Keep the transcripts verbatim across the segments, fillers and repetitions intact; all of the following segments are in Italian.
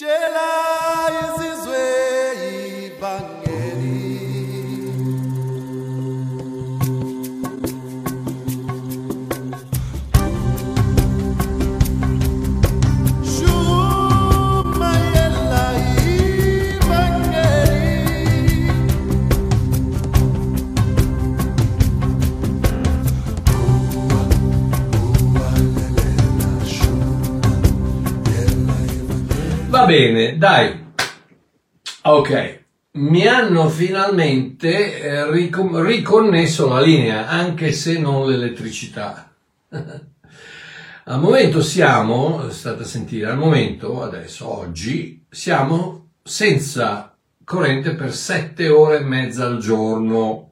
Va bene, dai, ok, mi hanno finalmente eh, ricon- riconnesso la linea, anche se non l'elettricità. Al momento siamo, state a sentire, al momento, adesso, oggi, siamo senza corrente per sette ore e mezza al giorno.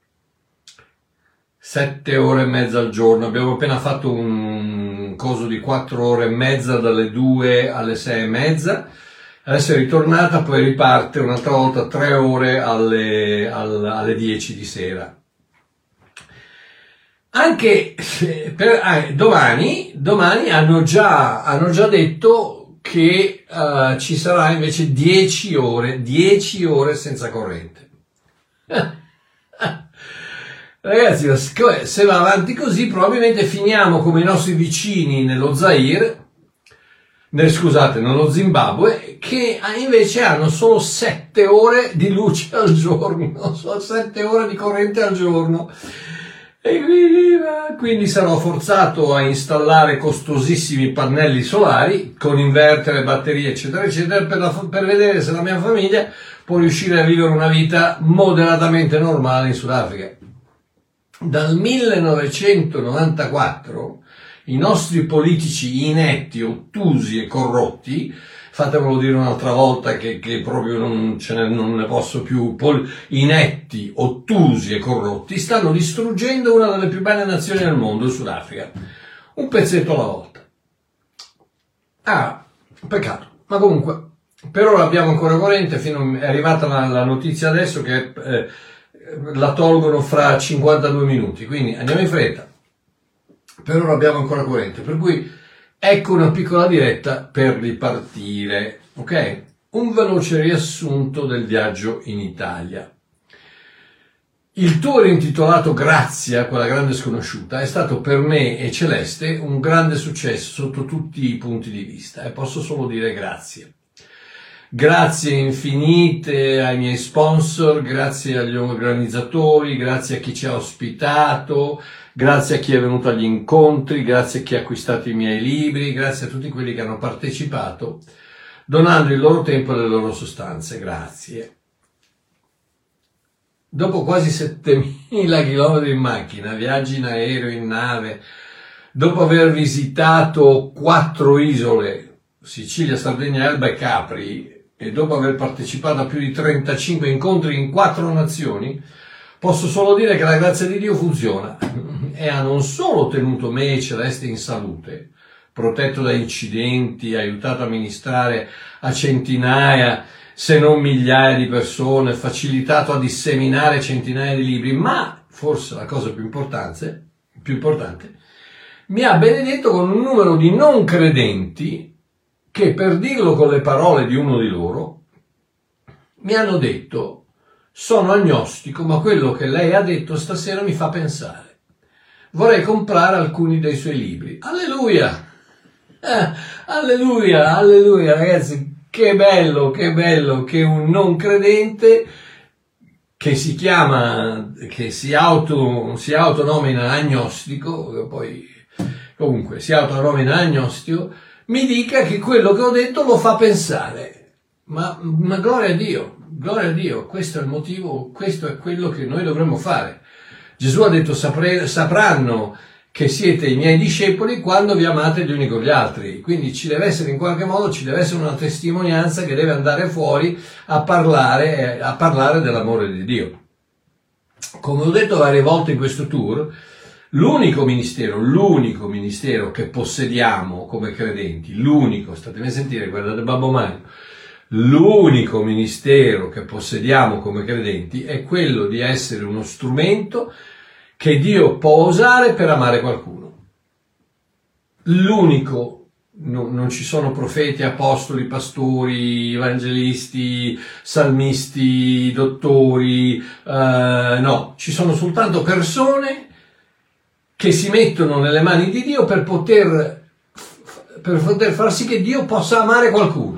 Sette ore e mezza al giorno, abbiamo appena fatto un coso di quattro ore e mezza dalle due alle sei e mezza, adesso è ritornata, poi riparte un'altra volta tre ore alle, alle, alle dieci di sera. Anche per, eh, domani, domani hanno già, hanno già detto che uh, ci sarà invece dieci ore, dieci ore senza corrente. Ragazzi, se va avanti così probabilmente finiamo come i nostri vicini nello Zaire, nel, scusate, nello Zimbabwe, che invece hanno solo sette ore di luce al giorno, solo sette ore di corrente al giorno. E quindi, quindi sarò forzato a installare costosissimi pannelli solari con inverter, batterie, eccetera, eccetera, per, la, per vedere se la mia famiglia può riuscire a vivere una vita moderatamente normale in Sudafrica. Dal millenovecentonovantaquattro i nostri politici inetti, ottusi e corrotti, fatemelo dire un'altra volta che, che proprio non, ce ne, non ne posso più, pol, inetti, ottusi e corrotti, stanno distruggendo una delle più belle nazioni del mondo, il Sudafrica. Un pezzetto alla volta. Ah, peccato. Ma comunque, per ora abbiamo ancora corrente, fino, è arrivata la, la notizia adesso che eh, la tolgono fra cinquantadue minuti, quindi andiamo in fretta. Per ora abbiamo ancora corrente, per cui ecco una piccola diretta per ripartire, ok? Un veloce riassunto del viaggio in Italia. Il tour intitolato Grazia, quella grande sconosciuta, è stato per me e Celeste un grande successo sotto tutti i punti di vista e posso solo dire grazie. Grazie infinite ai miei sponsor, grazie agli organizzatori, grazie a chi ci ha ospitato, grazie a chi è venuto agli incontri, grazie a chi ha acquistato i miei libri, grazie a tutti quelli che hanno partecipato, donando il loro tempo e le loro sostanze. Grazie. Dopo quasi settemila chilometri in macchina, viaggi in aereo, in nave, dopo aver visitato quattro isole, Sicilia, Sardegna, Elba e Capri, e dopo aver partecipato a più di trentacinque incontri in quattro nazioni, posso solo dire che la grazia di Dio funziona e ha non solo tenuto me e Celeste in salute, protetto da incidenti, aiutato a ministrare a centinaia, se non migliaia di persone, facilitato a disseminare centinaia di libri, ma forse la cosa più importante, più importante, mi ha benedetto con un numero di non credenti che, per dirlo con le parole di uno di loro, mi hanno detto: sono agnostico, ma quello che lei ha detto stasera mi fa pensare. Vorrei comprare alcuni dei suoi libri. Alleluia! Eh, alleluia, alleluia, ragazzi, che bello, che bello che un non credente che si chiama, che si auto, si autonomina agnostico, poi comunque si autonomina agnostico, mi dica che quello che ho detto lo fa pensare. Ma, ma gloria a Dio, gloria a Dio, questo è il motivo, questo è quello che noi dovremmo fare. Gesù ha detto: sapre, sapranno che siete i miei discepoli quando vi amate gli uni con gli altri. Quindi ci deve essere, in qualche modo, ci deve essere una testimonianza che deve andare fuori a parlare, a parlare dell'amore di Dio. Come ho detto varie volte in questo tour, l'unico ministero, l'unico ministero che possediamo come credenti, l'unico, statemi a sentire, guardate Babbo Mario, l'unico ministero che possediamo come credenti è quello di essere uno strumento che Dio può usare per amare qualcuno. L'unico no, non ci sono profeti, apostoli, pastori, evangelisti, salmisti, dottori, eh, no, ci sono soltanto persone che si mettono nelle mani di Dio per poter, per poter far sì che Dio possa amare qualcuno.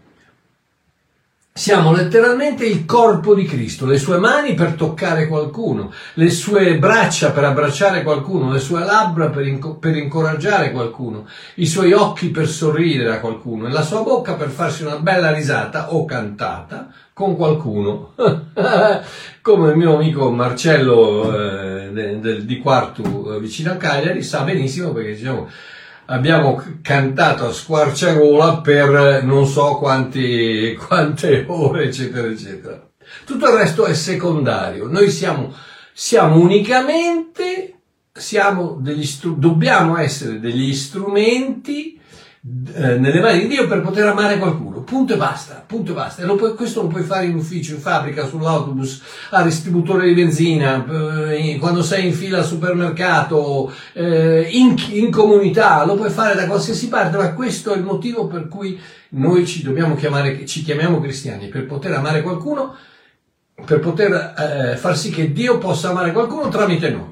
Siamo letteralmente il corpo di Cristo, le sue mani per toccare qualcuno, le sue braccia per abbracciare qualcuno, le sue labbra per, inco- per incoraggiare qualcuno, i suoi occhi per sorridere a qualcuno e la sua bocca per farsi una bella risata o cantata con qualcuno. Come il mio amico Marcello eh, de, de, di Quartu eh, vicino a Cagliari sa benissimo, perché diciamo abbiamo cantato a squarciagola per non so quanti, quante ore, eccetera, eccetera. Tutto il resto è secondario. Noi siamo, siamo unicamente, siamo degli str- dobbiamo essere degli strumenti eh, nelle mani di Dio per poter amare qualcuno. Punto e basta, punto e basta. E lo puoi, questo lo puoi fare in ufficio, in fabbrica, sull'autobus, al distributore di benzina, eh, quando sei in fila al supermercato, eh, in, in comunità, lo puoi fare da qualsiasi parte, ma questo è il motivo per cui noi ci dobbiamo chiamare, ci chiamiamo cristiani, per poter amare qualcuno, per poter eh, far sì che Dio possa amare qualcuno tramite noi.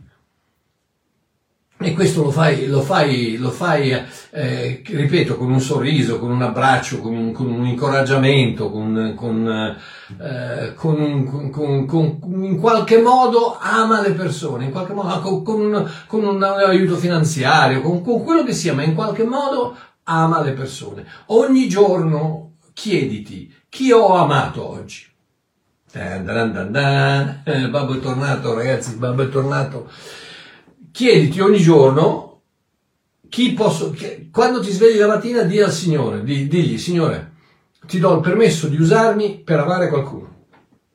E questo lo fai, lo fai, lo fai eh, ripeto, con un sorriso, con un abbraccio, con un, con un incoraggiamento, con, con, eh, con, un, con, con, con in qualche modo ama le persone, in qualche modo con, con, un, con un aiuto finanziario, con, con quello che sia, ma in qualche modo ama le persone. Ogni giorno chiediti: chi ho amato oggi? Dan, dan, dan, dan. Eh, Babbo è tornato, ragazzi, Babbo è tornato. Chiediti ogni giorno chi posso, che, quando ti svegli la mattina, di al Signore, di, digli: Signore, ti do il permesso di usarmi per amare qualcuno.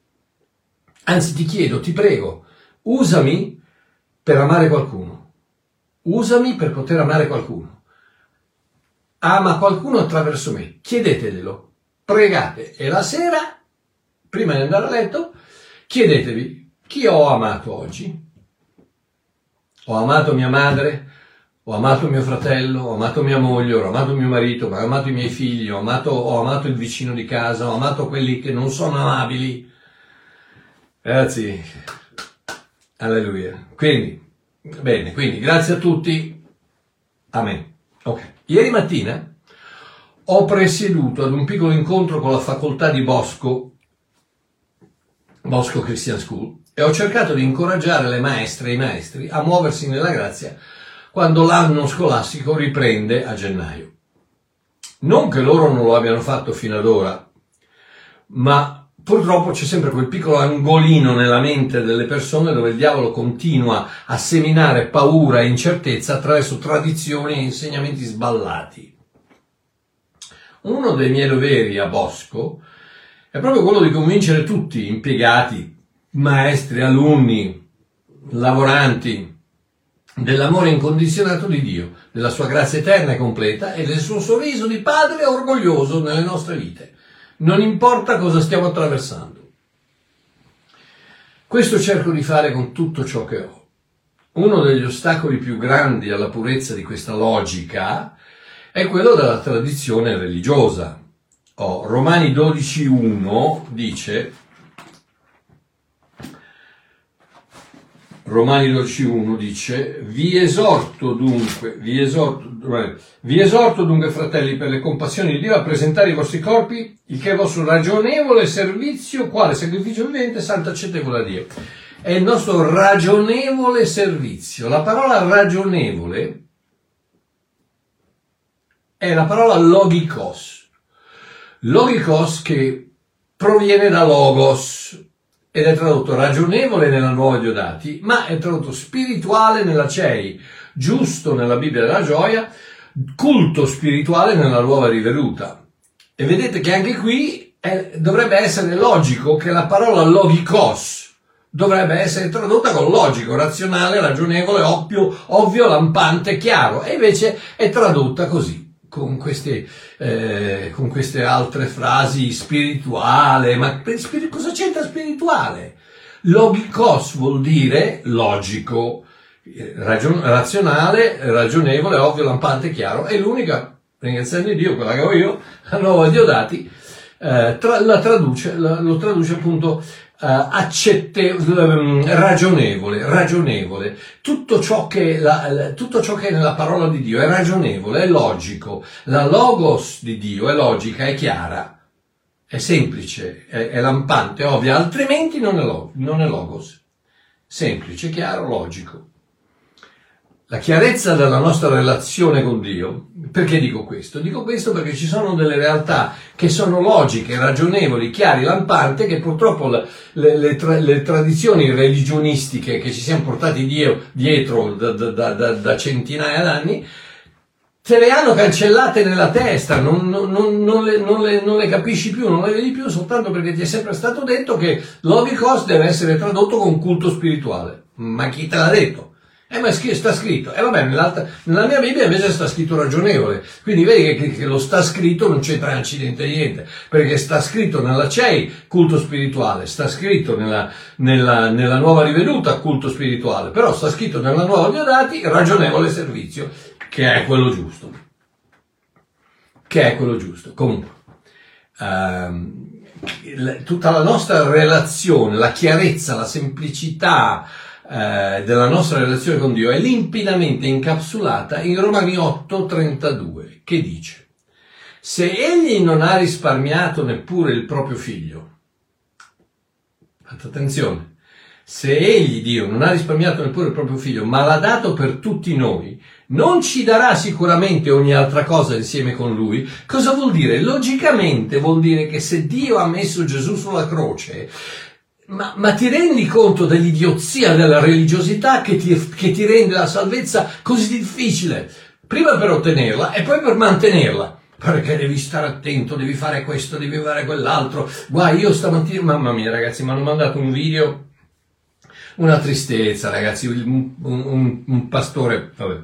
Anzi, ti chiedo, ti prego, usami per amare qualcuno. Usami per poter amare qualcuno. Ama qualcuno attraverso me. Chiedeteglielo, pregate, e la sera, prima di andare a letto, chiedetevi: chi ho amato oggi? Ho amato mia madre, ho amato mio fratello, ho amato mia moglie, ho amato mio marito, ho amato i miei figli, ho amato, ho amato il vicino di casa, ho amato quelli che non sono amabili. Ragazzi, alleluia. Quindi, bene, quindi grazie a tutti. Amen. Ok. Ieri mattina ho presieduto ad un piccolo incontro con la facoltà di Bosco, Bosco Christian School, e ho cercato di incoraggiare le maestre e i maestri a muoversi nella grazia quando l'anno scolastico riprende a gennaio. Non che loro non lo abbiano fatto fino ad ora, ma purtroppo c'è sempre quel piccolo angolino nella mente delle persone dove il diavolo continua a seminare paura e incertezza attraverso tradizioni e insegnamenti sballati. Uno dei miei doveri a Bosco è proprio quello di convincere tutti, impiegati, maestri, alunni, lavoranti, dell'amore incondizionato di Dio, della sua grazia eterna e completa e del suo sorriso di padre orgoglioso nelle nostre vite. Non importa cosa stiamo attraversando. Questo cerco di fare con tutto ciò che ho. Uno degli ostacoli più grandi alla purezza di questa logica è quello della tradizione religiosa. Oh, Romani dodici uno dice: Romani dodici uno dice: vi esorto dunque, vi esorto, vi esorto dunque, fratelli, per le compassioni di Dio, a presentare i vostri corpi, il che è vostro ragionevole servizio, quale sacrificio vivente, santo, accettevole a Dio. È il nostro ragionevole servizio. La parola ragionevole è la parola logikos. Logikos, che proviene da logos ed è tradotto ragionevole nella Nuova Diodati, ma è tradotto spirituale nella C E I, giusto nella Bibbia della Gioia, culto spirituale nella Nuova Riveduta. E vedete che anche qui è, dovrebbe essere logico che la parola logikos dovrebbe essere tradotta con logico, razionale, ragionevole, ovvio, ovvio, lampante, chiaro, e invece è tradotta così, con queste, eh, con queste altre frasi, spirituale. Ma spir- cosa c'entra spirituale? Logikos vuol dire logico, ragion- razionale, ragionevole, ovvio, lampante, chiaro. È l'unica ringraziando Dio, quella che ho io, la nuova Diodati, eh, tra, la traduce, la, lo traduce appunto eh, accette, ragionevole, ragionevole. Tutto ciò che la, la, tutto ciò che è nella parola di Dio è ragionevole, è logico. La logos di Dio è logica, è chiara, è semplice, è, è lampante, ovvia, altrimenti non è, log, non è logos. Semplice, chiaro, logico. La chiarezza della nostra relazione con Dio, perché dico questo? Dico questo perché ci sono delle realtà che sono logiche, ragionevoli, chiari, lampanti, che purtroppo le, le, le, tra, le tradizioni religionistiche che ci siamo portati dio, dietro da, da, da, da centinaia d'anni, te le hanno cancellate nella testa, non, non, non, non, le, non, le, non le capisci più, non le vedi più, soltanto perché ti è sempre stato detto che logikos deve essere tradotto con culto spirituale. Ma chi te l'ha detto? Eh, ma sta scritto. E eh, vabbè, nella mia Bibbia invece sta scritto ragionevole. Quindi vedi che, che lo sta scritto non c'entra accidente niente, perché sta scritto nella C E I, culto spirituale, sta scritto nella, nella, nella nuova riveduta, culto spirituale, però sta scritto nella nuova Diodati, ragionevole servizio, che è quello giusto. Che è quello giusto. Comunque, ehm, tutta la nostra relazione, la chiarezza, la semplicità, Eh, della nostra relazione con Dio è limpidamente incapsulata in Romani otto trentadue, che dice: se egli non ha risparmiato neppure il proprio figlio, fate attenzione, se egli, Dio, non ha risparmiato neppure il proprio figlio, ma l'ha dato per tutti noi, non ci darà sicuramente ogni altra cosa insieme con lui? Cosa vuol dire? Logicamente vuol dire che se Dio ha messo Gesù sulla croce, Ma, ma ti rendi conto dell'idiozia della religiosità che ti, che ti rende la salvezza così difficile? Prima per ottenerla e poi per mantenerla. Perché devi stare attento, devi fare questo, devi fare quell'altro. Guai, io stamattina, mamma mia ragazzi, mi hanno mandato un video, una tristezza ragazzi, un, un, un pastore, vabbè,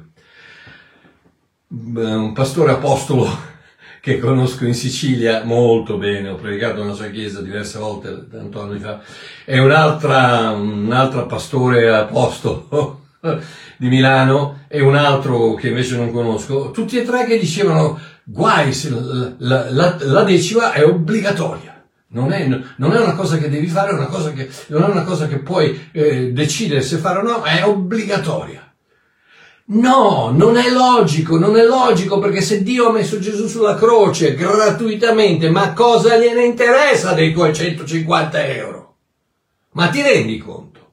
un pastore apostolo che conosco in Sicilia molto bene, ho predicato nella sua chiesa diverse volte, tanto anni fa, e un'altra, un'altra pastore apostolo di Milano, e un altro che invece non conosco, tutti e tre che dicevano: guai, la, la, la, la decima è obbligatoria. Non è, non è una cosa che devi fare, è una cosa che, non è una cosa che puoi eh, decidere se fare o no, è obbligatoria. No, non è logico, non è logico, perché se Dio ha messo Gesù sulla croce gratuitamente, ma cosa gliene interessa dei tuoi centocinquanta euro? Ma ti rendi conto?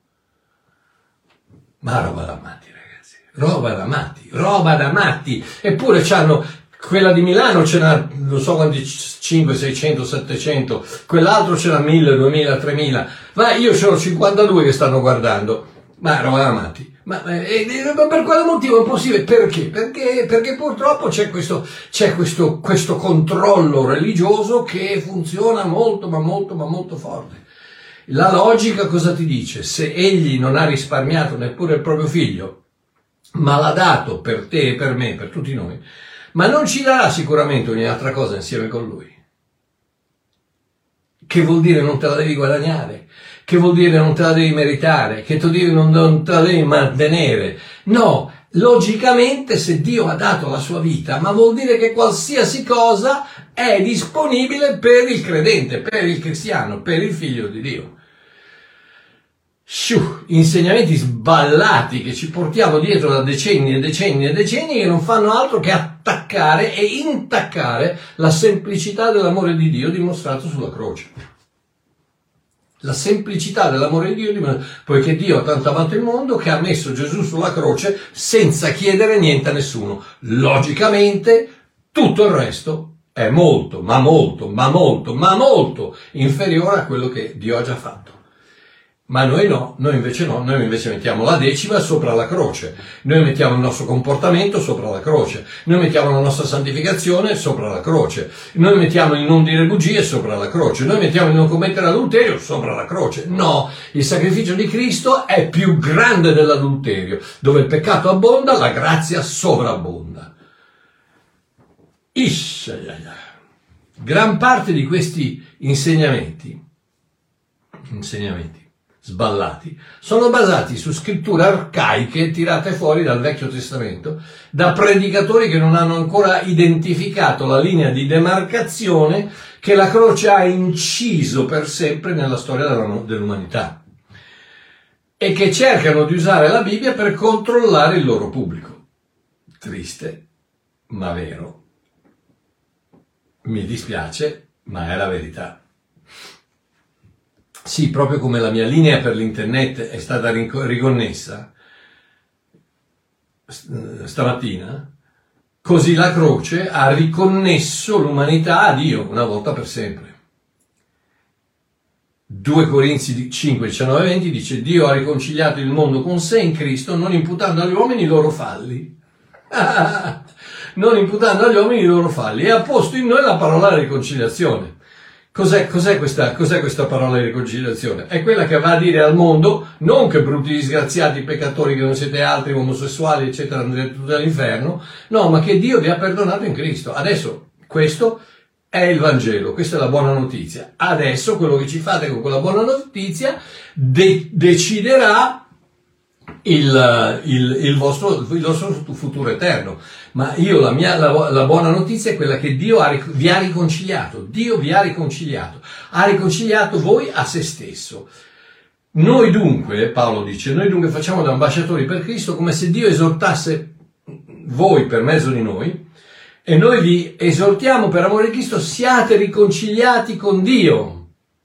Ma roba da matti, ragazzi, roba da matti, roba da matti. Eppure c'hanno, quella di Milano ce n'ha, non so quanti, cinquecento, seicento, settecento, quell'altro ce n'ha mille, duemila, tremila, ma io ce n'ho cinquantadue che stanno guardando. Ma roba da matti. Ma, eh, ma per quale motivo è possibile? Perché? Perché, perché purtroppo c'è questo, c'è questo, questo controllo religioso che funziona molto, ma molto, ma molto forte. La logica cosa ti dice? Se egli non ha risparmiato neppure il proprio figlio, ma l'ha dato per te e per me, per tutti noi, ma non ci darà sicuramente ogni altra cosa insieme con lui. Che vuol dire non te la devi guadagnare? Che vuol dire non te la devi meritare? Che vuol dire non, non te la devi mantenere? No, logicamente se Dio ha dato la sua vita, ma vuol dire che qualsiasi cosa è disponibile per il credente, per il cristiano, per il figlio di Dio. Sciù, insegnamenti sballati che ci portiamo dietro da decenni e decenni e decenni, che non fanno altro che attaccare e intaccare la semplicità dell'amore di Dio dimostrato sulla croce. La semplicità dell'amore di Dio, poiché Dio ha tanto amato il mondo che ha messo Gesù sulla croce senza chiedere niente a nessuno. Logicamente tutto il resto è molto, ma molto, ma molto, ma molto inferiore a quello che Dio ha già fatto. Ma noi no, noi invece no, noi invece mettiamo la decima sopra la croce, noi mettiamo il nostro comportamento sopra la croce, noi mettiamo la nostra santificazione sopra la croce, noi mettiamo il non dire bugie sopra la croce, noi mettiamo il non commettere adulterio sopra la croce. No, il sacrificio di Cristo è più grande dell'adulterio, dove il peccato abbonda, la grazia sovrabbonda. Isha, gran parte di questi insegnamenti, insegnamenti, sballati, sono basati su scritture arcaiche tirate fuori dal Vecchio Testamento da predicatori che non hanno ancora identificato la linea di demarcazione che la croce ha inciso per sempre nella storia dell'umanità e che cercano di usare la Bibbia per controllare il loro pubblico. Triste, ma vero. Mi dispiace, ma è la verità. Sì, proprio come la mia linea per l'internet è stata riconnessa stamattina, così la croce ha riconnesso l'umanità a Dio una volta per sempre. due Corinzi cinque, diciannove e venti dice: Dio ha riconciliato il mondo con sé in Cristo, non imputando agli uomini i loro falli. non imputando agli uomini i loro falli. E ha posto in noi la parola riconciliazione. Cos'è, cos'è, questa, cos'è questa parola di riconciliazione? È quella che va a dire al mondo, non che brutti disgraziati, peccatori, che non siete altri, omosessuali, eccetera, andrete tutti all'inferno, no, ma che Dio vi ha perdonato in Cristo. Adesso, questo è il Vangelo, questa è la buona notizia. Adesso, quello che ci fate con quella buona notizia, de- deciderà il, il, il, vostro, il vostro futuro eterno. Ma io, la mia, la, la buona notizia è quella che Dio ha, vi ha riconciliato. Dio vi ha riconciliato. Ha riconciliato voi a se stesso. Noi dunque, Paolo dice, noi dunque facciamo da ambasciatori per Cristo come se Dio esortasse voi per mezzo di noi, e noi vi esortiamo per amore di Cristo, siate riconciliati con Dio.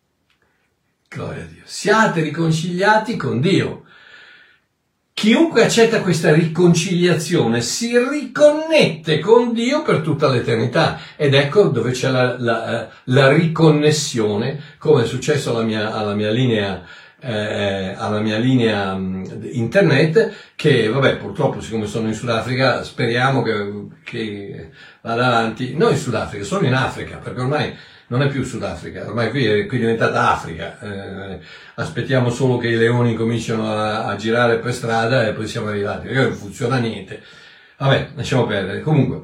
Gloria a Dio. Siate riconciliati con Dio. Chiunque accetta questa riconciliazione si riconnette con Dio per tutta l'eternità, ed ecco dove c'è la, la, la riconnessione, come è successo alla mia, alla mia linea, eh, alla mia linea internet, che vabbè, purtroppo, siccome sono in Sudafrica, speriamo che, che vada avanti. Non in Sudafrica, sono in Africa, perché ormai non è più Sudafrica, ormai qui è, qui è diventata Africa. Eh, aspettiamo solo che i leoni cominciano a, a girare per strada e poi siamo arrivati, perché non funziona niente. Vabbè, lasciamo perdere. Comunque,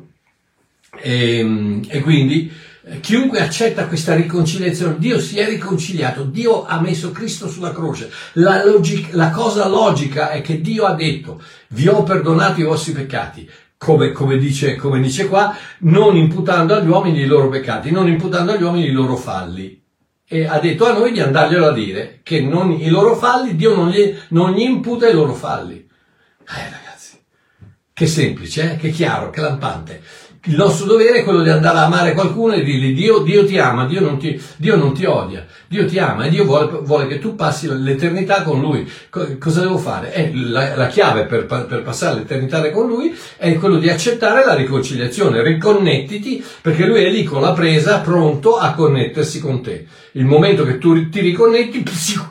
e, e quindi eh, chiunque accetta questa riconciliazione, Dio si è riconciliato, Dio ha messo Cristo sulla croce. La, logic, la cosa logica è che Dio ha detto: vi ho perdonato i vostri peccati. Come, come, dice, come dice qua, non imputando agli uomini i loro peccati, non imputando agli uomini i loro falli. E ha detto a noi di andarglielo a dire, che non, i loro falli, Dio non gli, non gli imputa i loro falli. Eh ragazzi, che semplice, eh? Che chiaro, che lampante. Il nostro dovere è quello di andare a amare qualcuno e dirgli: Dio, Dio ti ama, Dio non ti, Dio non ti odia, Dio ti ama e Dio vuole, vuole che tu passi l'eternità con Lui. Cosa devo fare? Eh, la, la chiave per, per passare l'eternità con Lui è quello di accettare la riconciliazione. Riconnettiti, perché Lui è lì con la presa, pronto a connettersi con te. Il momento che tu ti riconnetti,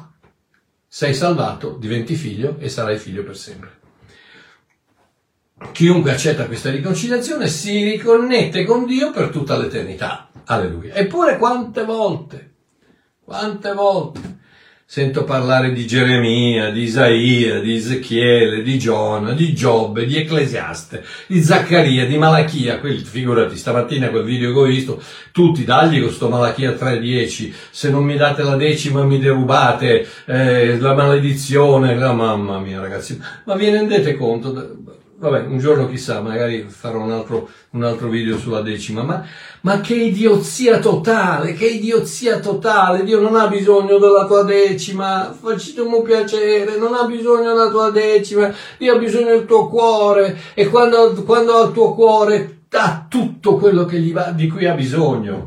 sei salvato, diventi figlio e sarai figlio per sempre. Chiunque accetta questa riconciliazione si riconnette con Dio per tutta l'eternità. Alleluia. Eppure quante volte, quante volte sento parlare di Geremia, di Isaia, di Ezechiele, di Giona, di Giobbe, di Ecclesiaste, di Zaccaria, di Malachia. Quelli, figurati, stamattina quel video che ho visto, tutti dagli con sto Malachia tre dieci, se non mi date la decima mi derubate, eh, la maledizione, la mamma mia ragazzi, ma vi rendete conto? Vabbè, un giorno chissà, magari farò un altro, un altro video sulla decima, ma, ma che idiozia totale, che idiozia totale. Dio non ha bisogno della tua decima, facci un piacere, non ha bisogno della tua decima, Dio ha bisogno del tuo cuore, e quando, quando ha il tuo cuore dà tutto quello che gli va, di cui ha bisogno.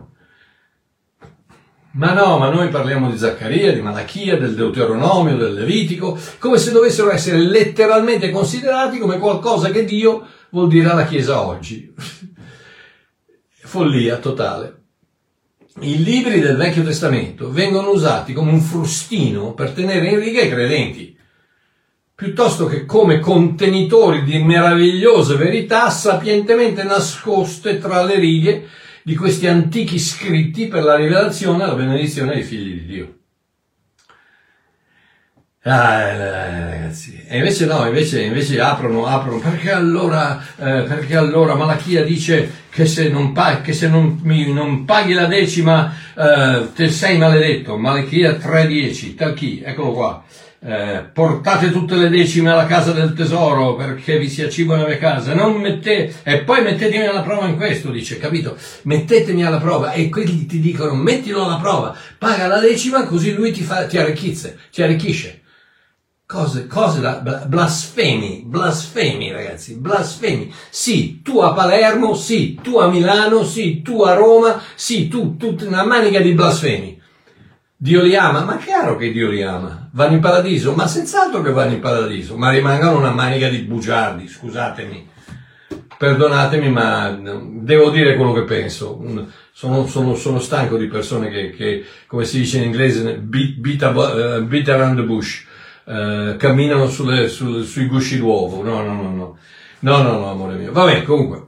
Ma no, ma noi parliamo di Zaccaria, di Malachia, del Deuteronomio, del Levitico, come se dovessero essere letteralmente considerati come qualcosa che Dio vuol dire alla Chiesa oggi. Follia totale. I libri del Vecchio Testamento vengono usati come un frustino per tenere in riga i credenti, piuttosto che come contenitori di meravigliose verità sapientemente nascoste tra le righe di questi antichi scritti per la rivelazione e la benedizione dei figli di Dio. Ah, eh, ragazzi, e invece no, invece, invece aprono, aprono, perché allora, eh, perché allora Malachia dice che se non, paghi, che se non, mi, non paghi la decima, eh, te sei maledetto. Malachia tre dieci, Talchi, eccolo qua. Eh, portate tutte le decime alla casa del tesoro perché vi sia cibo nelle case, non mette, e poi mettetemi alla prova in questo, dice, capito? Mettetemi alla prova, e quelli ti dicono mettilo alla prova, paga la decima così lui ti fa, ti arricchisce, ti arricchisce. Cose, cose da blasfemi, blasfemi ragazzi, blasfemi. Sì, tu a Palermo, sì, tu a Milano, sì, tu a Roma, sì, tu, tutta una manica di blasfemi. Dio li ama? Ma chiaro che Dio li ama. Vanno in paradiso? Ma senz'altro che vanno in paradiso, ma rimangono una manica di bugiardi, scusatemi. Perdonatemi, ma devo dire quello che penso. Sono, sono, sono stanco di persone che, che, come si dice in inglese, beat, beat, uh, beat around the bush. Uh, camminano sulle, sulle, sui gusci d'uovo. No, no, no, no. No, no, no, amore mio. Vabbè, comunque.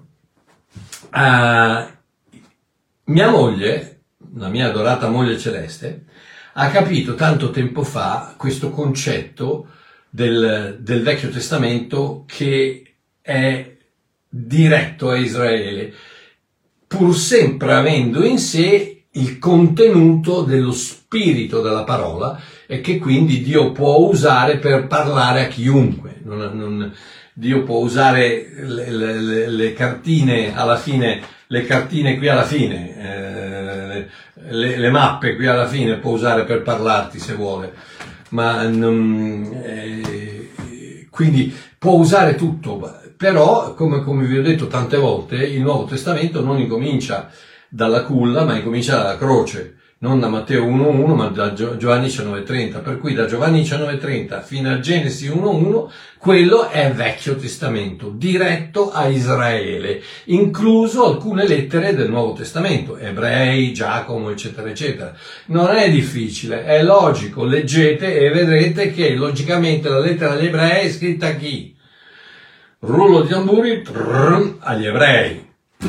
Uh, mia moglie, la mia adorata moglie celeste, ha capito tanto tempo fa questo concetto del, del Vecchio Testamento che è diretto a Israele, pur sempre avendo in sé il contenuto dello spirito della parola, e che quindi Dio può usare per parlare a chiunque. Non, non, Dio può usare le, le, le cartine alla fine, le cartine qui alla fine, eh, le, le mappe qui alla fine può usare per parlarti se vuole, ma non, eh, quindi può usare tutto. Però, come, come vi ho detto tante volte, il Nuovo Testamento non incomincia dalla culla, ma incomincia dalla croce. Non da Matteo uno uno, ma da Giovanni diciannove trenta. Per cui da Giovanni diciannove trenta fino a Genesi uno uno, quello è Vecchio Testamento, diretto a Israele, incluso alcune lettere del Nuovo Testamento, Ebrei, Giacomo, eccetera, eccetera. Non è difficile, è logico, leggete e vedrete che logicamente la lettera agli Ebrei è scritta a chi? Rullo di tamburi, trrr, agli Ebrei.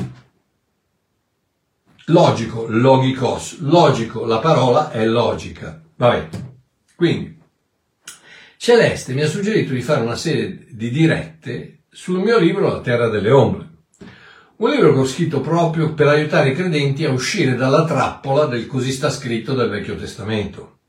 Logico, logikos, logico, la parola è logica. Vabbè, quindi Celeste mi ha suggerito di fare una serie di dirette sul mio libro La Terra delle Ombre, un libro che ho scritto proprio per aiutare i credenti a uscire dalla trappola del così sta scritto del Vecchio Testamento.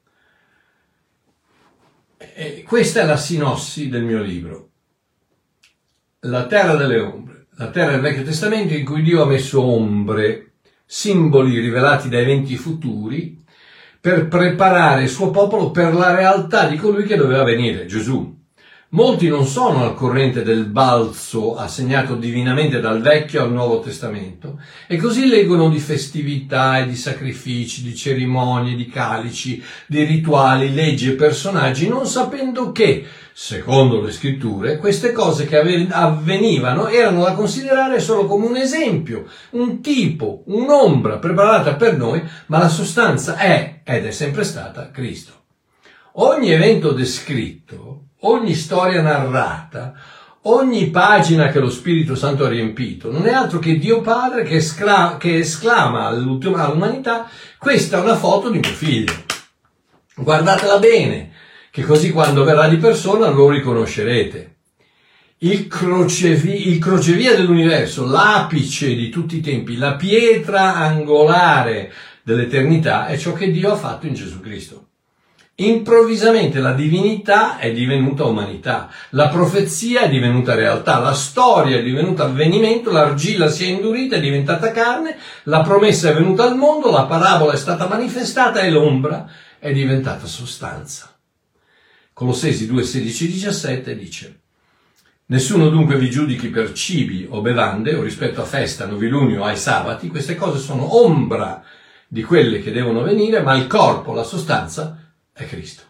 E questa è la sinossi del mio libro. La Terra delle Ombre, la terra del Vecchio Testamento in cui Dio ha messo ombre, simboli rivelati da eventi futuri, per preparare il suo popolo per la realtà di colui che doveva venire, Gesù. Molti non sono al corrente del balzo assegnato divinamente dal Vecchio al Nuovo Testamento e così leggono di festività e di sacrifici, di cerimonie, di calici, di rituali, leggi e personaggi, non sapendo che, secondo le scritture, queste cose che avvenivano erano da considerare solo come un esempio, un tipo, un'ombra preparata per noi, ma la sostanza è ed è sempre stata Cristo. Ogni evento descritto, ogni storia narrata, ogni pagina che lo Spirito Santo ha riempito, non è altro che Dio Padre che, esclama, che esclama all'umanità: questa è una foto di mio figlio, guardatela bene, che così quando verrà di persona lo riconoscerete. Il, crocevi, il crocevia dell'universo, l'apice di tutti i tempi, la pietra angolare dell'eternità è ciò che Dio ha fatto in Gesù Cristo. Improvvisamente la divinità è divenuta umanità, la profezia è divenuta realtà, la storia è divenuta avvenimento, l'argilla si è indurita, è diventata carne, la promessa è venuta al mondo, la parabola è stata manifestata e l'ombra è diventata sostanza. Colossesi due, sedici, diciassette dice: nessuno dunque vi giudichi per cibi o bevande o rispetto a festa, novilunio o ai sabati, queste cose sono ombra di quelle che devono venire, ma il corpo, la sostanza, è Cristo.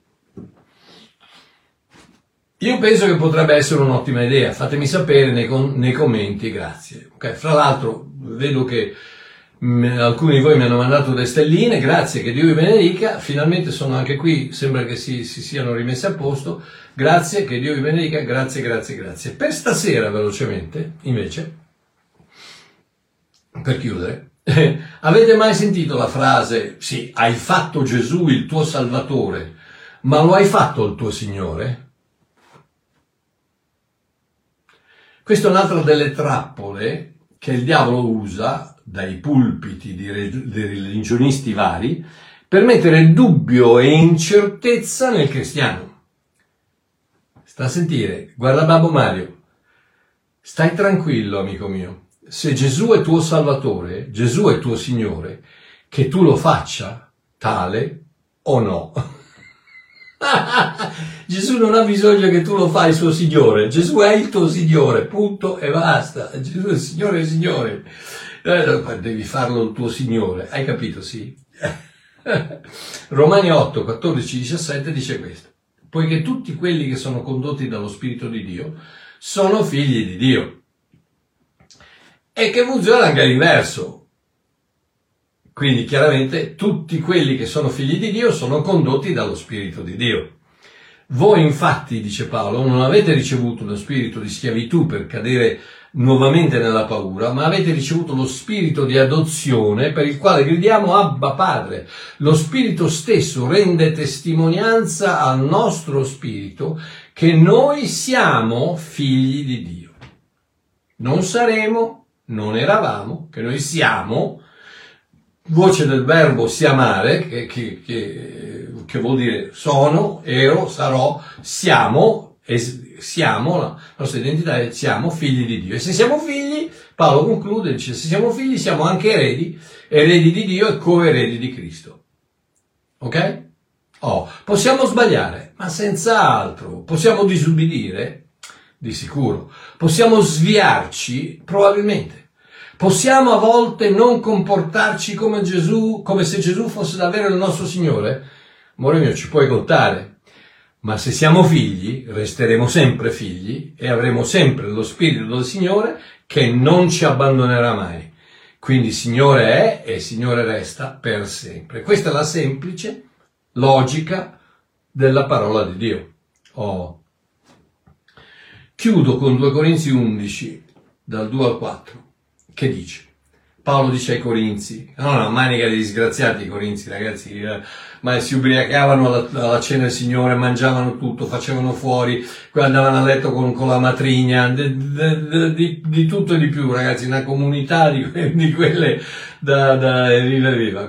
Io penso che potrebbe essere un'ottima idea, fatemi sapere nei, nei commenti, grazie. Okay. Fra l'altro vedo che mh, alcuni di voi mi hanno mandato delle stelline, grazie, che Dio vi benedica, finalmente sono anche qui, sembra che si, si siano rimesse a posto, grazie, che Dio vi benedica, grazie, grazie, grazie. Per stasera, velocemente, invece, per chiudere, avete mai sentito la frase: sì, hai fatto Gesù il tuo Salvatore, Ma lo hai fatto il tuo Signore? Questa è un'altra delle trappole che il diavolo usa dai pulpiti di religionisti vari per mettere dubbio e incertezza nel cristiano. Sta a sentire, guarda Babbo Mario, stai tranquillo amico mio, se Gesù è tuo Salvatore, Gesù è tuo Signore, che tu lo faccia tale o no. Gesù non ha bisogno che tu lo fai suo Signore, Gesù è il tuo Signore, punto e basta. Gesù è il Signore e il Signore, eh, devi farlo il tuo Signore, hai capito? Sì. Romani otto, quattordici, diciassette dice questo: poiché tutti quelli che sono condotti dallo Spirito di Dio sono figli di Dio. E che funziona anche all'inverso. Quindi chiaramente tutti quelli che sono figli di Dio sono condotti dallo Spirito di Dio. Voi infatti, dice Paolo, non avete ricevuto lo spirito di schiavitù per cadere nuovamente nella paura, ma avete ricevuto lo spirito di adozione per il quale gridiamo Abba Padre. Lo Spirito stesso rende testimonianza al nostro spirito che noi siamo figli di Dio. Non saremo, non eravamo, che noi siamo, voce del verbo siamare, che, che, che, che vuol dire sono, ero, sarò, siamo, e siamo, la nostra identità è siamo figli di Dio. E se siamo figli, Paolo conclude, dice, se siamo figli siamo anche eredi, eredi di Dio e coeredi di Cristo. Ok? Oh, possiamo sbagliare, ma senz'altro. Possiamo disubbidire? Di sicuro. Possiamo sviarci? Probabilmente. Possiamo a volte non comportarci come Gesù, come se Gesù fosse davvero il nostro Signore? Amore mio, ci puoi contare. Ma se siamo figli, resteremo sempre figli e avremo sempre lo Spirito del Signore che non ci abbandonerà mai. Quindi Signore è e Signore resta per sempre. Questa è la semplice logica della parola di Dio. Oh. Chiudo con due Corinzi undici, dal due al quattro. Che dice? Paolo dice ai Corinzi, no, una manica di disgraziati i Corinzi, ragazzi, eh, ma si ubriacavano alla, alla cena del Signore, mangiavano tutto, facevano fuori, andavano a letto con, con la matrigna, di, di, di, di tutto e di più, ragazzi, una comunità di, di quelle da, da viva viva.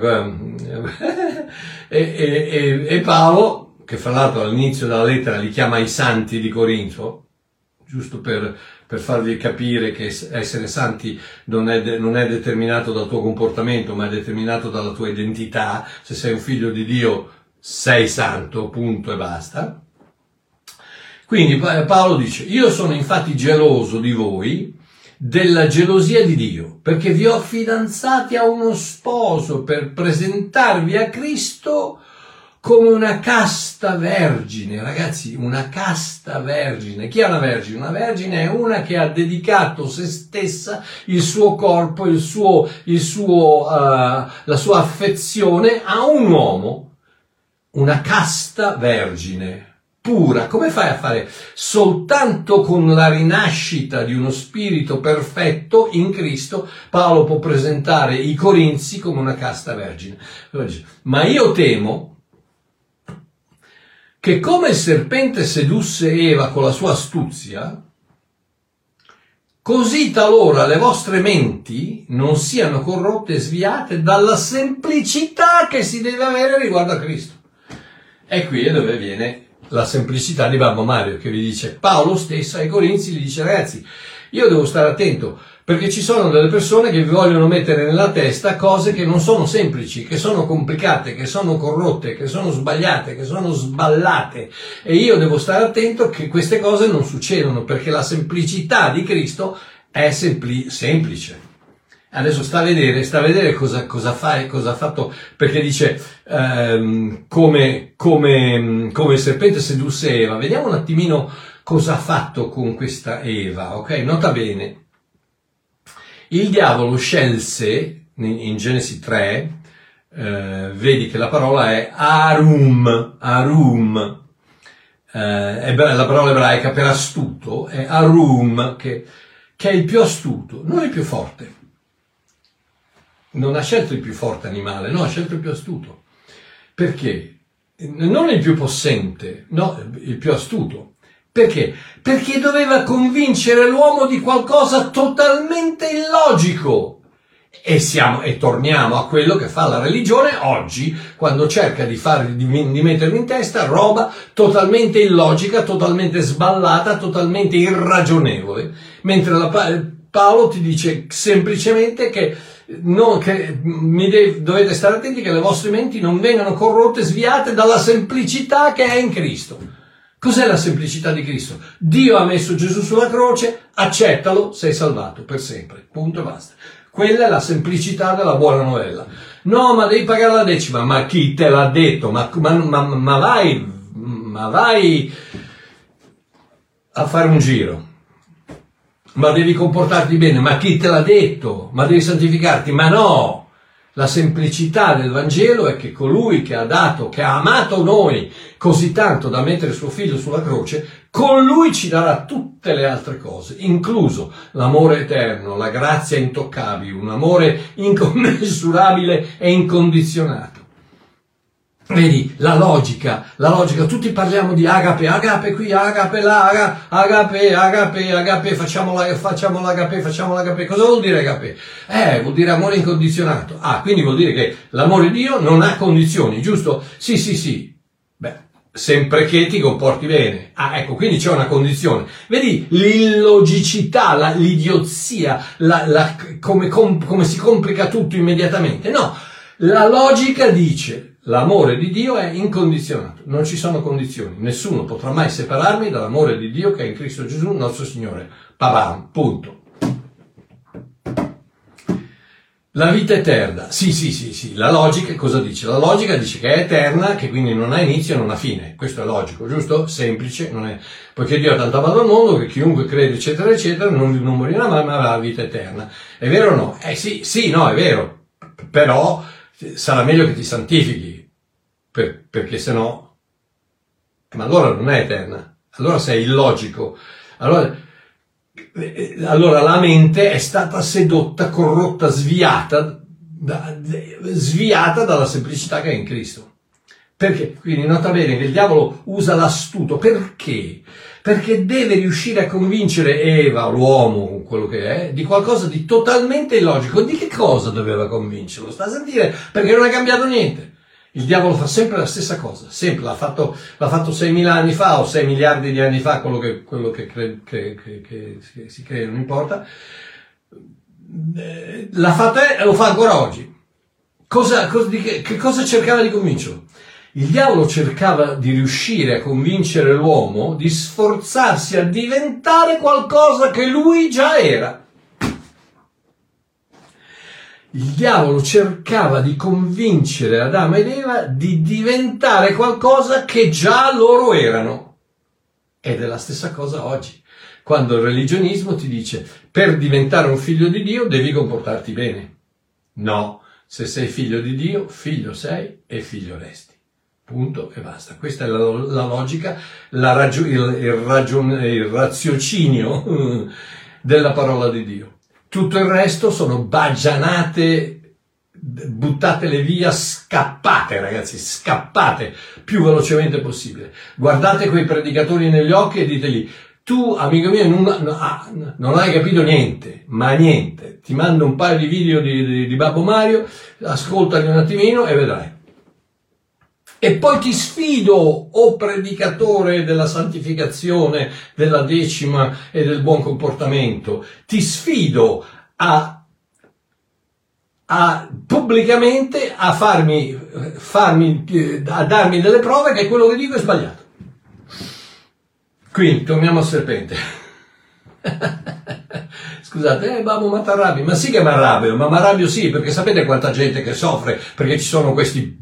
E, e, e, e Paolo, che fra l'altro all'inizio della lettera li chiama i santi di Corinto, giusto per, per farvi capire che essere santi non è, de, non è determinato dal tuo comportamento, ma è determinato dalla tua identità. Se sei un figlio di Dio, sei santo, punto e basta. Quindi Paolo dice, io sono infatti geloso di voi, della gelosia di Dio, perché vi ho fidanzati a uno sposo per presentarvi a Cristo come una casta vergine. Ragazzi, una casta vergine. Chi è una vergine? Una vergine è una che ha dedicato se stessa, il suo corpo, il suo, il suo, uh, la sua affezione a un uomo. Una casta vergine, pura. Come fai a fare? Soltanto con la rinascita di uno spirito perfetto in Cristo, Paolo può presentare i Corinzi come una casta vergine. Ma io temo che come il serpente sedusse Eva con la sua astuzia, così talora le vostre menti non siano corrotte e sviate dalla semplicità che si deve avere riguardo a Cristo. E qui è dove viene la semplicità di Babbo Mario, che vi dice, Paolo stesso ai Corinzi gli dice, ragazzi, io devo stare attento, perché ci sono delle persone che vi vogliono mettere nella testa cose che non sono semplici, che sono complicate, che sono corrotte, che sono sbagliate, che sono sballate. E io devo stare attento che queste cose non succedono, perché la semplicità di Cristo è sempli- semplice. Adesso sta a vedere, sta a vedere cosa, cosa fa e cosa ha fatto, perché dice ehm, come, come, come il serpente sedusse Eva. Vediamo un attimino cosa ha fatto con questa Eva, ok? Nota bene. Il diavolo scelse, in Genesi tre, eh, vedi che la parola è arum, arum, eh, è la parola ebraica per astuto, è arum, che, che è il più astuto, non il più forte. Non ha scelto il più forte animale, no, ha scelto il più astuto. Perché? non il più possente, no, il più astuto. Perché? Perché doveva convincere l'uomo di qualcosa totalmente illogico. E siamo, e torniamo a quello che fa la religione oggi, quando cerca di fargli, di, di mettermi in testa roba totalmente illogica, totalmente sballata, totalmente irragionevole. Mentre la, Paolo ti dice semplicemente che, non, che mi de, dovete stare attenti che le vostre menti non vengano corrotte, sviate dalla semplicità che è in Cristo. Cos'è la semplicità di Cristo? Dio ha messo Gesù sulla croce, accettalo, sei salvato per sempre. Punto e basta. Quella è la semplicità della buona novella. No, ma devi pagare la decima. Ma chi te l'ha detto? Ma, ma, ma, ma vai, ma vai a fare un giro. Ma devi comportarti bene. Ma chi te l'ha detto? Ma devi santificarti. Ma no! La semplicità del Vangelo è che colui che ha dato, che ha amato noi così tanto da mettere suo figlio sulla croce, con lui ci darà tutte le altre cose, incluso l'amore eterno, la grazia intoccabile, un amore incommensurabile e incondizionato. Vedi, la logica, la logica, tutti parliamo di agape, agape qui, agape là, agape, agape, agape, facciamo la, facciamo l'agape, facciamo l'agape. Cosa vuol dire agape? Eh, vuol dire amore incondizionato. Ah, quindi vuol dire che l'amore di Dio non ha condizioni, giusto? Sì, sì, sì. Beh, sempre che ti comporti bene. Ah, ecco, quindi c'è una condizione. Vedi l'illogicità, la, l'idiozia, la, la, come, com, come si complica tutto immediatamente. No, la logica dice: l'amore di Dio è incondizionato, non ci sono condizioni, nessuno potrà mai separarmi dall'amore di Dio che è in Cristo Gesù, nostro Signore. Papam, punto. La vita eterna, sì, sì, sì, sì, la logica cosa dice? La logica dice che è eterna, che quindi non ha inizio e non ha fine, questo è logico, giusto? Semplice, non è, poiché Dio ha tanto amato il mondo che chiunque crede, eccetera, eccetera, non, non morirà mai, ma avrà la vita eterna. È vero o no? Eh sì, sì, no, è vero, però sarà meglio che ti santifichi, per, perché se no, ma allora non è eterna, allora sei illogico, allora, allora la mente è stata sedotta, corrotta, sviata, da, sviata dalla semplicità che è in Cristo. Perché? Quindi nota bene che il diavolo usa l'astuto, perché? Perché deve riuscire a convincere Eva, l'uomo, quello che è, di qualcosa di totalmente illogico. Di che cosa doveva convincerlo? Sta a sentire, perché non è cambiato niente. Il diavolo fa sempre la stessa cosa, sempre, l'ha fatto, l'ha fatto seimila anni fa o sei miliardi di anni fa, quello che, quello che, cre, che, che, che, che si crede, non importa. L'ha fatto e lo fa ancora oggi. Cosa, cosa, di che, che cosa cercava di convincerlo? Il diavolo cercava di riuscire a convincere l'uomo di sforzarsi a diventare qualcosa che lui già era. Il diavolo cercava di convincere Adamo ed Eva di diventare qualcosa che già loro erano. Ed è la stessa cosa oggi, quando il religionismo ti dice: per diventare un figlio di Dio devi comportarti bene. No, se sei figlio di Dio, figlio sei e figlio resti. Punto e basta. Questa è la, la logica, la ragio, il, il, ragion, il raziocinio della parola di Dio. Tutto il resto sono baggianate, buttatele via, scappate ragazzi, scappate più velocemente possibile. Guardate quei predicatori negli occhi e ditegli: tu amico mio non, non, non hai capito niente, ma niente. Ti mando un paio di video di, di, di Babbo Mario, ascoltali un attimino e vedrai. E poi ti sfido, o predicatore della santificazione, della decima e del buon comportamento, ti sfido a, a pubblicamente a farmi, farmi, a darmi delle prove che quello che dico è sbagliato. Quindi, torniamo al serpente. Scusate, eh, babbo, ma t'arrabbi? Ma sì che mi arrabbio, ma mi arrabbio sì, perché sapete quanta gente che soffre perché ci sono questi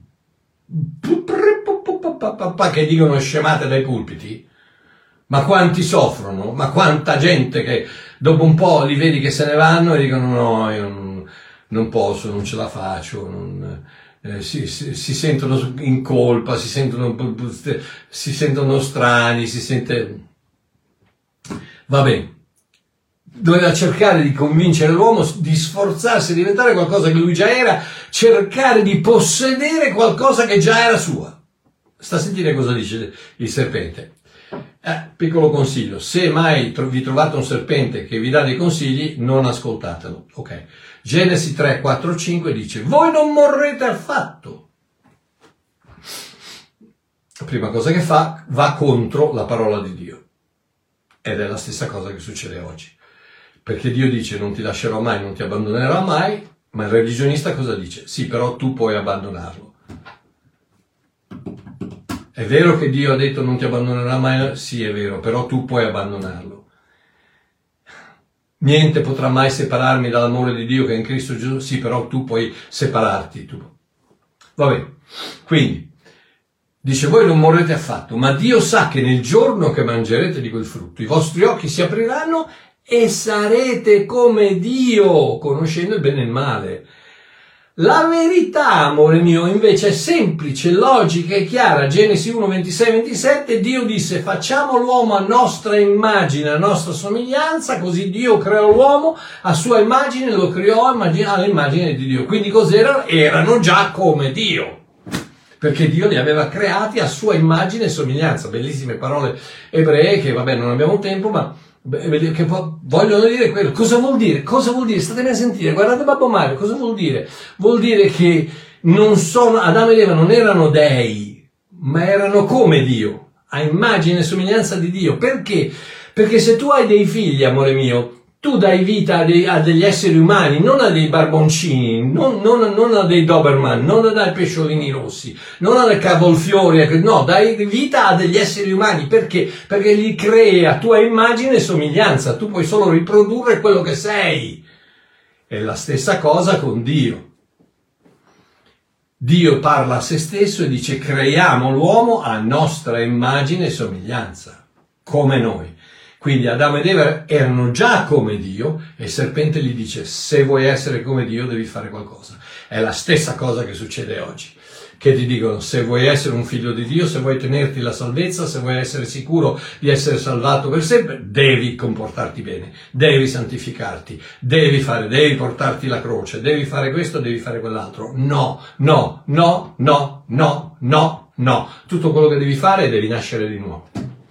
che dicono scemate dai pulpiti? Ma quanti soffrono? Ma quanta gente che dopo un po' li vedi che se ne vanno e dicono: no, io non, non posso, non ce la faccio, non, eh, si, si, si sentono in colpa, si sentono, si sentono strani, si sente... Va bene. Doveva cercare di convincere l'uomo di sforzarsi di diventare qualcosa che lui già era, cercare di possedere qualcosa che già era sua. Sta a sentire cosa dice il serpente. Eh, piccolo consiglio, se mai vi trovate un serpente che vi dà dei consigli, non ascoltatelo. Ok. Genesi tre, quattro, cinque dice: voi non morrete affatto. La prima cosa che fa, va contro la parola di Dio. Ed è la stessa cosa che succede oggi. Perché Dio dice: non ti lascerò mai, non ti abbandonerò mai, ma il religionista cosa dice? Sì, però tu puoi abbandonarlo. È vero che Dio ha detto non ti abbandonerà mai? Sì, è vero, però tu puoi abbandonarlo. Niente potrà mai separarmi dall'amore di Dio che è in Cristo Gesù? Sì, però tu puoi separarti. Tu. Va bene, quindi, dice: voi non morrete affatto, ma Dio sa che nel giorno che mangerete di quel frutto, i vostri occhi si apriranno e sarete come Dio, conoscendo il bene e il male. La verità, amore mio, invece è semplice, logica e chiara. Genesi uno, ventisei ventisette, Dio disse: facciamo l'uomo a nostra immagine, a nostra somiglianza, così Dio creò l'uomo, a sua immagine lo creò all'immagine di Dio. Quindi cos'erano? Erano già come Dio, perché Dio li aveva creati a sua immagine e somiglianza. Bellissime parole ebree che, vabbè, non abbiamo tempo, ma che vogliono dire quello. Cosa vuol dire? Cosa vuol dire? Statemi a sentire, guardate Babbo Mario, cosa vuol dire? Vuol dire che non sono, Adamo ed Eva non erano dei, ma erano come Dio, a immagine e somiglianza di Dio. Perché? Perché se tu hai dei figli, amore mio, tu dai vita a, dei, a degli esseri umani, non a dei barboncini, non, non, non a dei Doberman, non a dei pesciolini rossi, non a dei cavolfiori, no, dai vita a degli esseri umani. Perché? Perché li crei a tua immagine e somiglianza, tu puoi solo riprodurre quello che sei. È la stessa cosa con Dio. Dio parla a se stesso e dice: creiamo l'uomo a nostra immagine e somiglianza, come noi. Quindi Adamo ed Eva erano già come Dio e il serpente gli dice: se vuoi essere come Dio devi fare qualcosa. È la stessa cosa che succede oggi, che ti dicono: se vuoi essere un figlio di Dio, se vuoi tenerti la salvezza, se vuoi essere sicuro di essere salvato per sempre, devi comportarti bene, devi santificarti, devi fare, devi portarti la croce, devi fare questo, devi fare quell'altro. No, no, no, no, no, no, no. Tutto quello che devi fare è devi nascere di nuovo.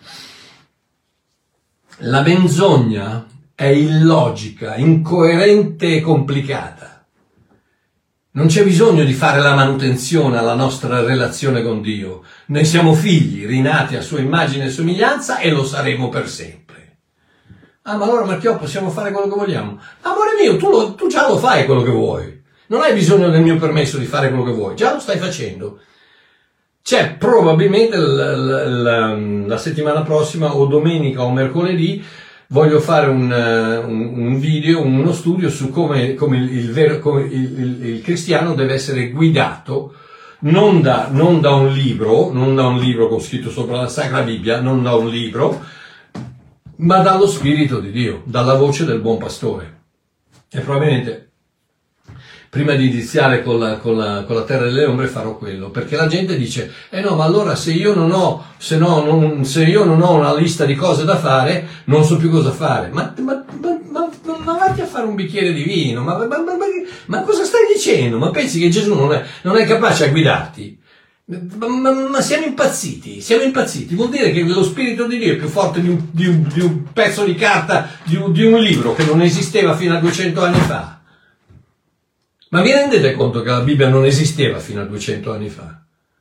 La menzogna è illogica, incoerente e complicata. Non c'è bisogno di fare la manutenzione alla nostra relazione con Dio. Noi siamo figli, rinati a sua immagine e somiglianza, e lo saremo per sempre. Ah, ma allora Matteo, possiamo fare quello che vogliamo? Amore mio, tu, lo, tu già lo fai quello che vuoi. Non hai bisogno del mio permesso di fare quello che vuoi, già lo stai facendo. C'è probabilmente la, la, la settimana prossima, o domenica o mercoledì, voglio fare un, un, un video, uno studio su come, come, il, il, vero, come il, il, il cristiano deve essere guidato non da, non da un libro, non da un libro con scritto sopra la Sacra Bibbia, non da un libro, ma dallo Spirito di Dio, dalla voce del buon pastore. E probabilmente prima di iniziare con la, con, la, con la terra delle ombre farò quello, perché la gente dice: eh no, ma allora se io non ho, se no, non, se io non ho una lista di cose da fare, non so più cosa fare. Ma, ma, ma, ma, ma vatti a fare un bicchiere di vino, ma, ma, ma, ma, ma cosa stai dicendo? Ma pensi che Gesù non è, non è capace a guidarti? Ma, ma, ma siamo impazziti, siamo impazziti. Vuol dire che lo Spirito di Dio è più forte di un, di un, di un pezzo di carta, di un, di un libro che non esisteva fino a duecento anni fa. Ma vi rendete conto che la Bibbia non esisteva fino a duecento anni fa?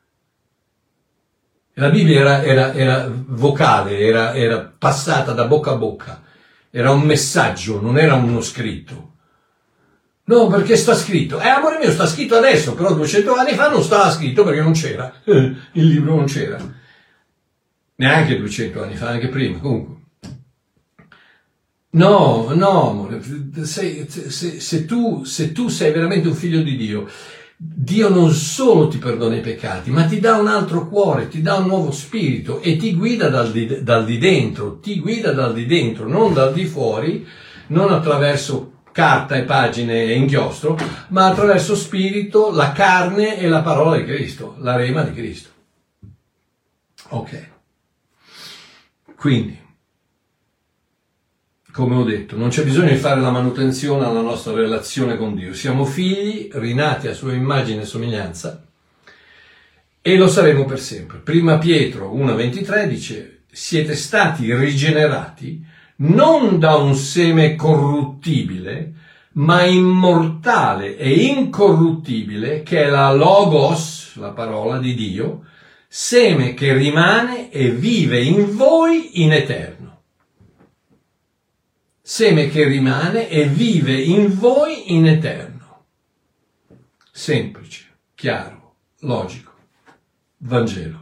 La Bibbia era, era, era vocale, era, era passata da bocca a bocca, era un messaggio, non era uno scritto. No, perché sta scritto? Eh, amore mio, sta scritto adesso, però duecento anni fa non stava scritto perché non c'era, il libro non c'era. Neanche duecento anni fa, anche prima, comunque. No, no, amore, se, se, se, tu, se tu sei veramente un figlio di Dio, Dio non solo ti perdona i peccati, ma ti dà un altro cuore, ti dà un nuovo spirito e ti guida dal di, dal di dentro, ti guida dal di dentro, non dal di fuori, non attraverso carta e pagine e inchiostro, ma attraverso spirito, la carne e la parola di Cristo, la rema di Cristo. Ok. Quindi, come ho detto, non c'è bisogno di fare la manutenzione alla nostra relazione con Dio. Siamo figli, rinati a sua immagine e somiglianza, e lo saremo per sempre. Prima Pietro uno ventitré dice: siete stati rigenerati non da un seme corruttibile, ma immortale e incorruttibile, che è la Logos, la parola di Dio, seme che rimane e vive in voi in eterno. Seme che rimane e vive in voi in eterno. Semplice, chiaro, logico. Vangelo.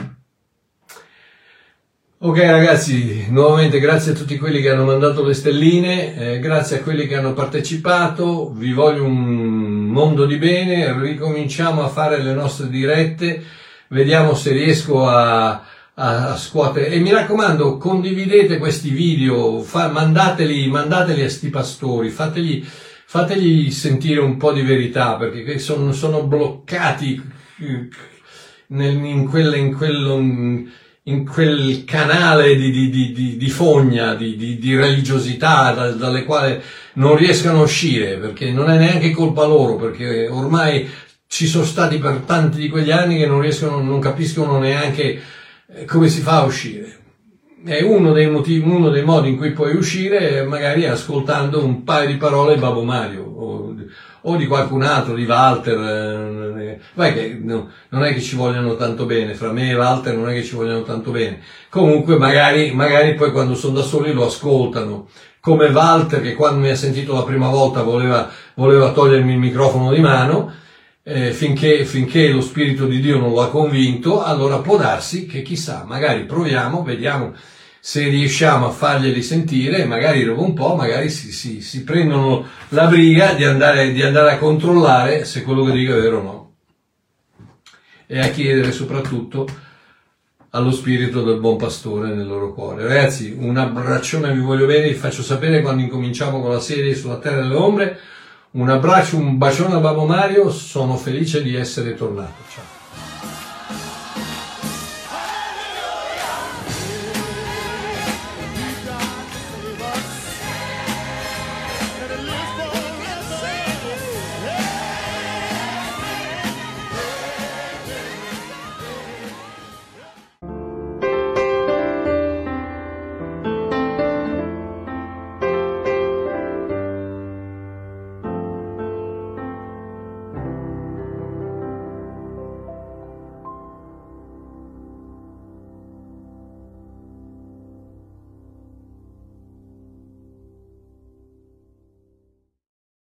Ok ragazzi, nuovamente grazie a tutti quelli che hanno mandato le stelline, eh, grazie a quelli che hanno partecipato, vi voglio un mondo di bene, ricominciamo a fare le nostre dirette, vediamo se riesco a, a, a scuotere, e mi raccomando condividete questi video, fa, mandateli, mandateli a sti pastori, fategli, fategli sentire un po' di verità, perché sono, sono bloccati nel, in, quel, in quello... in quel canale di, di, di, di fogna, di, di, di religiosità da, dalle quali non riescono a uscire, perché non è neanche colpa loro, perché ormai ci sono stati per tanti di quegli anni che non riescono, non capiscono neanche come si fa a uscire. È uno dei motivi, uno dei modi in cui puoi uscire, magari ascoltando un paio di parole di Babbo Mario o, o di qualcun altro, di Walter. Eh, vai che no, non è che ci vogliono tanto bene, fra me e Walter non è che ci vogliono tanto bene. Comunque magari, magari poi quando sono da soli lo ascoltano. Come Walter, che quando mi ha sentito la prima volta voleva, voleva togliermi il microfono di mano, eh, finché, finché lo Spirito di Dio non lo ha convinto, allora può darsi che chissà, magari proviamo, vediamo se riusciamo a farglieli sentire, e magari dopo un po', magari si, si, si prendono la briga di andare, di andare a controllare se quello che dico è vero o no. E a chiedere soprattutto allo spirito del buon pastore nel loro cuore. Ragazzi, un abbraccione, vi voglio bene, vi faccio sapere quando incominciamo con la serie sulla Terra delle Ombre. Un abbraccio, un bacione a Babbo Mario, sono felice di essere tornato. Ciao.